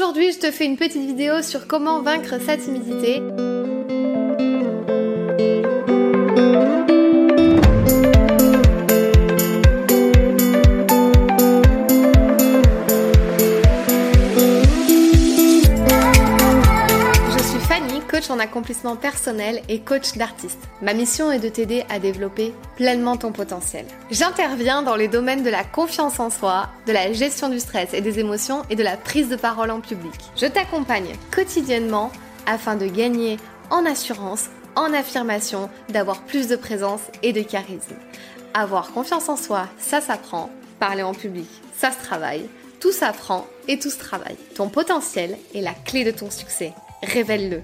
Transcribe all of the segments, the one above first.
Aujourd'hui, je te fais une petite vidéo sur comment vaincre sa timidité. Coach en accomplissement personnel et coach d'artiste. Ma mission est de t'aider à développer pleinement ton potentiel. J'interviens dans les domaines de la confiance en soi, de la gestion du stress et des émotions et de la prise de parole en public. Je t'accompagne quotidiennement afin de gagner en assurance, en affirmation, d'avoir plus de présence et de charisme. Avoir confiance en soi, ça s'apprend. Parler en public, ça se travaille. Tout s'apprend et tout se travaille. Ton potentiel est la clé de ton succès. Révèle-le.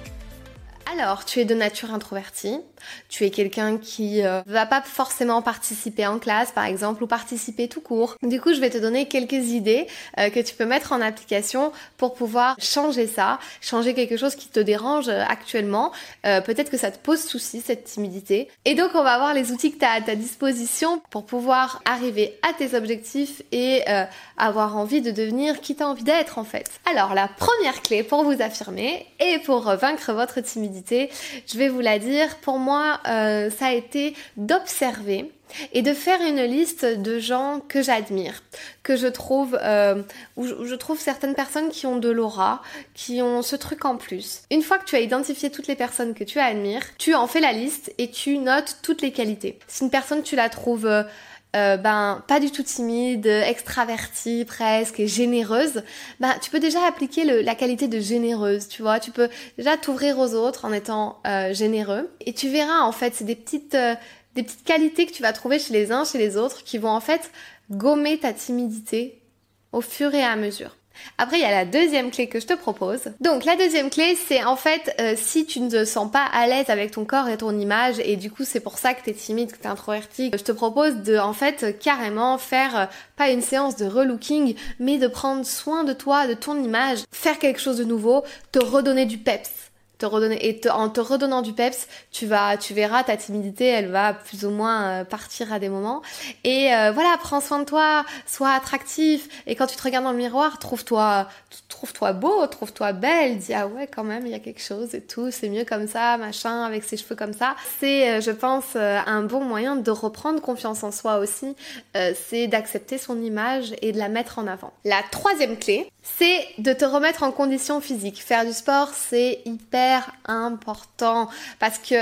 Alors, tu es de nature introvertie, tu es quelqu'un qui va pas forcément participer en classe par exemple ou participer tout court. Du coup, je vais te donner quelques idées que tu peux mettre en application pour pouvoir changer ça, changer quelque chose qui te dérange actuellement. Peut-être que ça te pose souci, cette timidité. Et donc, on va avoir les outils que tu as à ta disposition pour pouvoir arriver à tes objectifs et avoir envie de devenir qui tu as envie d'être en fait. Alors, la première clé pour vous affirmer et pour vaincre votre timidité, je vais vous la dire, pour moi, ça a été d'observer et de faire une liste de gens que j'admire, que je trouve, où je trouve certaines personnes qui ont de l'aura, qui ont ce truc en plus. Une fois que tu as identifié toutes les personnes que tu admires, tu en fais la liste et tu notes toutes les qualités. Si une personne, tu la trouves pas du tout timide, extravertie presque et généreuse, tu peux déjà appliquer la qualité de généreuse, tu vois, tu peux déjà t'ouvrir aux autres en étant généreux et tu verras en fait, c'est des petites qualités que tu vas trouver chez les uns, chez les autres qui vont en fait gommer ta timidité au fur et à mesure. Après, il y a la deuxième clé que je te propose. Donc, la deuxième clé, c'est en fait, si tu ne te sens pas à l'aise avec ton corps et ton image, et du coup, c'est pour ça que t'es timide, que t'es introverti, je te propose de, en fait, carrément faire, pas une séance de relooking, mais de prendre soin de toi, de ton image, faire quelque chose de nouveau, te redonner du peps. En te redonnant du peps, tu verras ta timidité, elle va plus ou moins partir à des moments. Et voilà, prends soin de toi, sois attractif. Et quand tu te regardes dans le miroir, trouve-toi beau, trouve-toi belle. Dis ah ouais quand même il y a quelque chose et tout, c'est mieux comme ça, machin, avec ses cheveux comme ça. C'est, je pense, un bon moyen de reprendre confiance en soi aussi. C'est d'accepter son image et de la mettre en avant. La troisième clé, c'est de te remettre en condition physique. Faire du sport, c'est hyper important parce que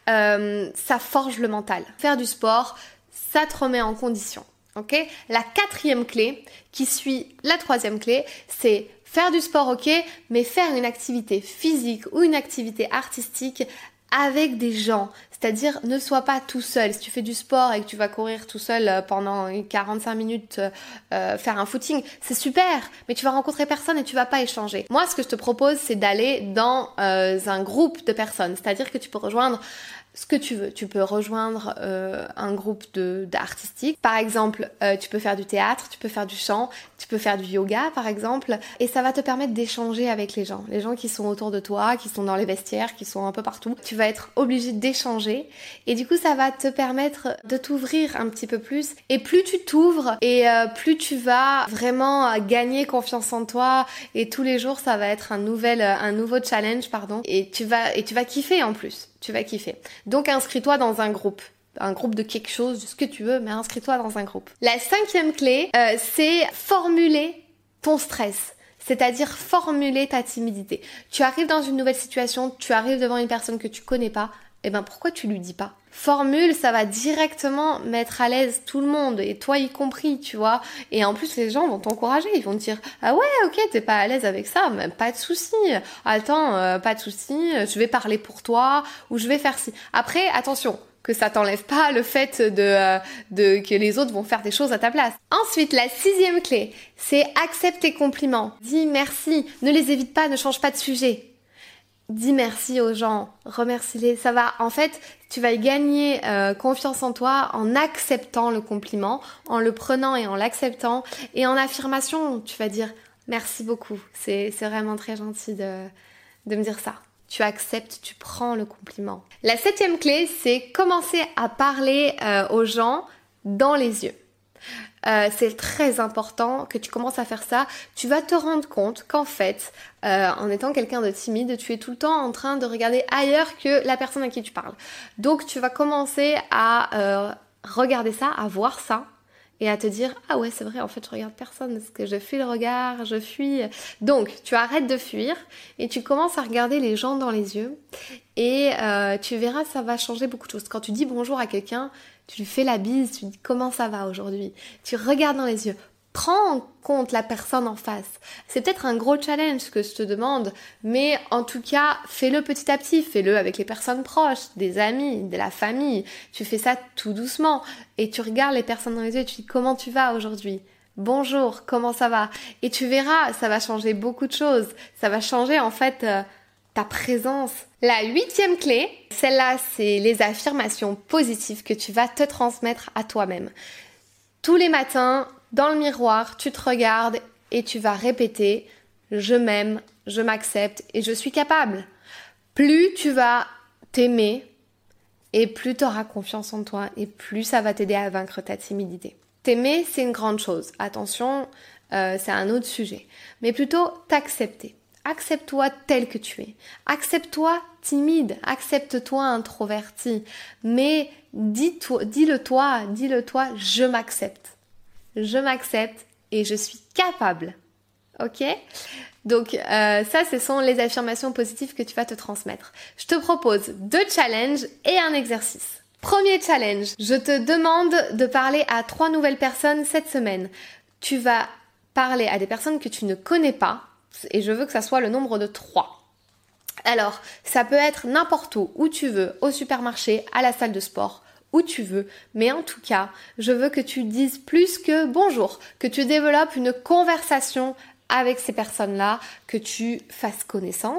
ça forge le mental. Faire du sport, ça te remet en condition. Ok ? La quatrième clé, qui suit la troisième clé, c'est faire du sport, ok, mais faire une activité physique ou une activité artistique avec des gens, c'est-à-dire ne sois pas tout seul. Si tu fais du sport et que tu vas courir tout seul pendant 45 minutes, faire un footing, c'est super, mais tu vas rencontrer personne et tu vas pas échanger. Moi, ce que je te propose, c'est d'aller dans un groupe de personnes, c'est-à-dire que tu peux rejoindre ce que tu veux. Tu peux rejoindre un groupe d'artistique. Par exemple, tu peux faire du théâtre, tu peux faire du chant, tu peux faire du yoga par exemple. Et ça va te permettre d'échanger avec les gens qui sont autour de toi, qui sont dans les vestiaires, qui sont un peu partout. Tu vas être obligé d'échanger. Et du coup, ça va te permettre de t'ouvrir un petit peu plus. Et plus tu t'ouvres et plus tu vas vraiment gagner confiance en toi. Et tous les jours, ça va être un nouveau challenge, pardon. Et tu vas kiffer en plus. Tu vas kiffer. Donc inscris-toi dans un groupe de quelque chose, de ce que tu veux, mais inscris-toi dans un groupe. La cinquième clé, c'est formuler ton stress. C'est-à-dire formuler ta timidité. Tu arrives dans une nouvelle situation, tu arrives devant une personne que tu connais pas, pourquoi tu lui dis pas ? Formule, ça va directement mettre à l'aise tout le monde, et toi y compris, tu vois. Et en plus, les gens vont t'encourager, ils vont te dire « Ah ouais, ok, t'es pas à l'aise avec ça, mais pas de souci. Attends, pas de souci, je vais parler pour toi, ou je vais faire ci. » Après, attention, que ça t'enlève pas le fait que les autres vont faire des choses à ta place. Ensuite, la sixième clé, c'est accepte tes compliments. Dis merci, ne les évite pas, ne change pas de sujet. Dis merci aux gens, remercie-les. Ça va, en fait, tu vas y gagner confiance en toi en acceptant le compliment, en le prenant et en l'acceptant. Et en affirmation, tu vas dire merci beaucoup. C'est vraiment très gentil de me dire ça. Tu acceptes, tu prends le compliment. La septième clé, c'est commencer à parler aux gens dans les yeux. C'est très important que tu commences à faire ça. Tu vas te rendre compte qu'en fait, en étant quelqu'un de timide, tu es tout le temps en train de regarder ailleurs que la personne à qui tu parles. Donc tu vas commencer à regarder ça, à voir ça et à te dire « Ah ouais, c'est vrai, en fait, je regarde personne parce que je fuis le regard, je fuis... » Donc, tu arrêtes de fuir et tu commences à regarder les gens dans les yeux et tu verras, ça va changer beaucoup de choses. Quand tu dis bonjour à quelqu'un, tu lui fais la bise, tu dis « Comment ça va aujourd'hui ?» Tu regardes dans les yeux. Prends en compte la personne en face. C'est peut-être un gros challenge que je te demande, mais en tout cas, fais-le petit à petit. Fais-le avec les personnes proches, des amis, de la famille. Tu fais ça tout doucement et tu regardes les personnes dans les yeux et tu dis « Comment tu vas aujourd'hui ?» Bonjour, comment ça va? Et tu verras, ça va changer beaucoup de choses. Ça va changer en fait ta présence. La 8e clé, celle-là, c'est les affirmations positives que tu vas te transmettre à toi-même. Tous les matins, dans le miroir, tu te regardes et tu vas répéter « Je m'aime, je m'accepte et je suis capable ». Plus tu vas t'aimer et plus tu auras confiance en toi et plus ça va t'aider à vaincre ta timidité. T'aimer, c'est une grande chose. Attention, c'est un autre sujet. Mais plutôt t'accepter. Accepte-toi tel que tu es. Accepte-toi timide. Accepte-toi introverti. Mais dis-le toi, je m'accepte. Je m'accepte et je suis capable. Ok? Donc ça, ce sont les affirmations positives que tu vas te transmettre. Je te propose 2 challenges et un exercice. Premier challenge, je te demande de parler à 3 nouvelles personnes cette semaine. Tu vas parler à des personnes que tu ne connais pas et je veux que ça soit le nombre de 3. Alors, ça peut être n'importe où tu veux, au supermarché, à la salle de sport, où tu veux, mais en tout cas, je veux que tu dises plus que bonjour, que tu développes une conversation avec ces personnes-là, que tu fasses connaissance.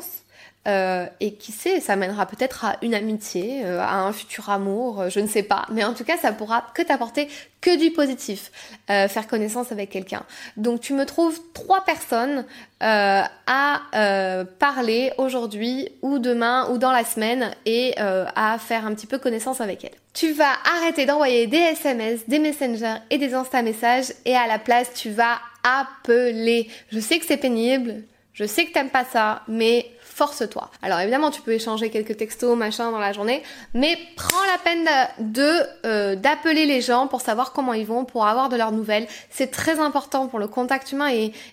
Et qui sait, ça mènera peut-être à une amitié, à un futur amour, je ne sais pas. Mais en tout cas, ça pourra que t'apporter que du positif, faire connaissance avec quelqu'un. Donc tu me trouves 3 personnes à parler aujourd'hui ou demain ou dans la semaine et à faire un petit peu connaissance avec elles. Tu vas arrêter d'envoyer des SMS, des messengers et des Insta messages et à la place, tu vas appeler. Je sais que c'est pénible, je sais que t'aimes pas ça, mais force-toi. Alors évidemment, tu peux échanger quelques textos, machin dans la journée, mais prends la peine d'appeler les gens pour savoir comment ils vont, pour avoir de leurs nouvelles. C'est très important pour le contact humain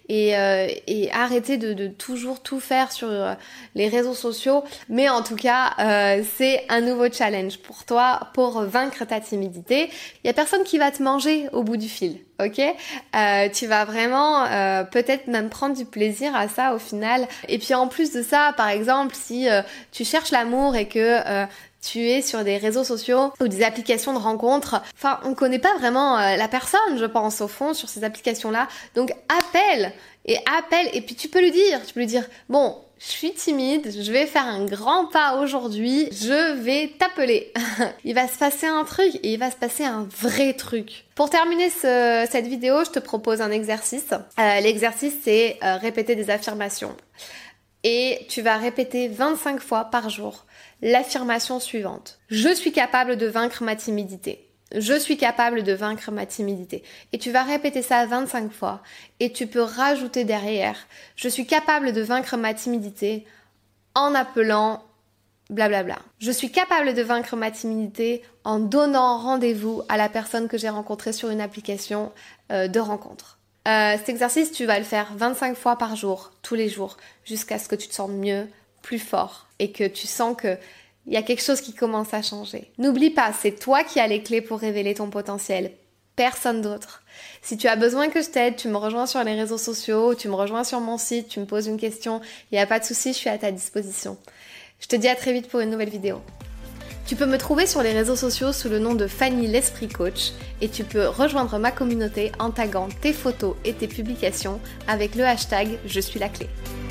et arrêter de toujours tout faire sur les réseaux sociaux. Mais en tout cas, c'est un nouveau challenge pour toi pour vaincre ta timidité. Il y a personne qui va te manger au bout du fil. Ok, tu vas vraiment peut-être même prendre du plaisir à ça au final. Et puis en plus de ça, par exemple, si tu cherches l'amour et que tu es sur des réseaux sociaux ou des applications de rencontres, enfin on connaît pas vraiment la personne, je pense au fond sur ces applications-là. Donc appelle et puis tu peux lui dire bon, je suis timide, je vais faire un grand pas aujourd'hui, je vais t'appeler. Il va se passer un truc et il va se passer un vrai truc. Pour terminer cette vidéo, je te propose un exercice. L'exercice, c'est répéter des affirmations. Et tu vas répéter 25 fois par jour l'affirmation suivante. Je suis capable de vaincre ma timidité. Je suis capable de vaincre ma timidité. Et tu vas répéter ça 25 fois. Et tu peux rajouter derrière. Je suis capable de vaincre ma timidité en appelant blablabla. Je suis capable de vaincre ma timidité en donnant rendez-vous à la personne que j'ai rencontrée sur une application de rencontre. Cet exercice, tu vas le faire 25 fois par jour, tous les jours, jusqu'à ce que tu te sentes mieux, plus fort et que tu sens que il y a quelque chose qui commence à changer. N'oublie pas, c'est toi qui as les clés pour révéler ton potentiel. Personne d'autre. Si tu as besoin que je t'aide, tu me rejoins sur les réseaux sociaux, tu me rejoins sur mon site, tu me poses une question, il n'y a pas de souci, je suis à ta disposition. Je te dis à très vite pour une nouvelle vidéo. Tu peux me trouver sur les réseaux sociaux sous le nom de Fanny l'Esprit Coach et tu peux rejoindre ma communauté en taguant tes photos et tes publications avec le hashtag Je suis la clé.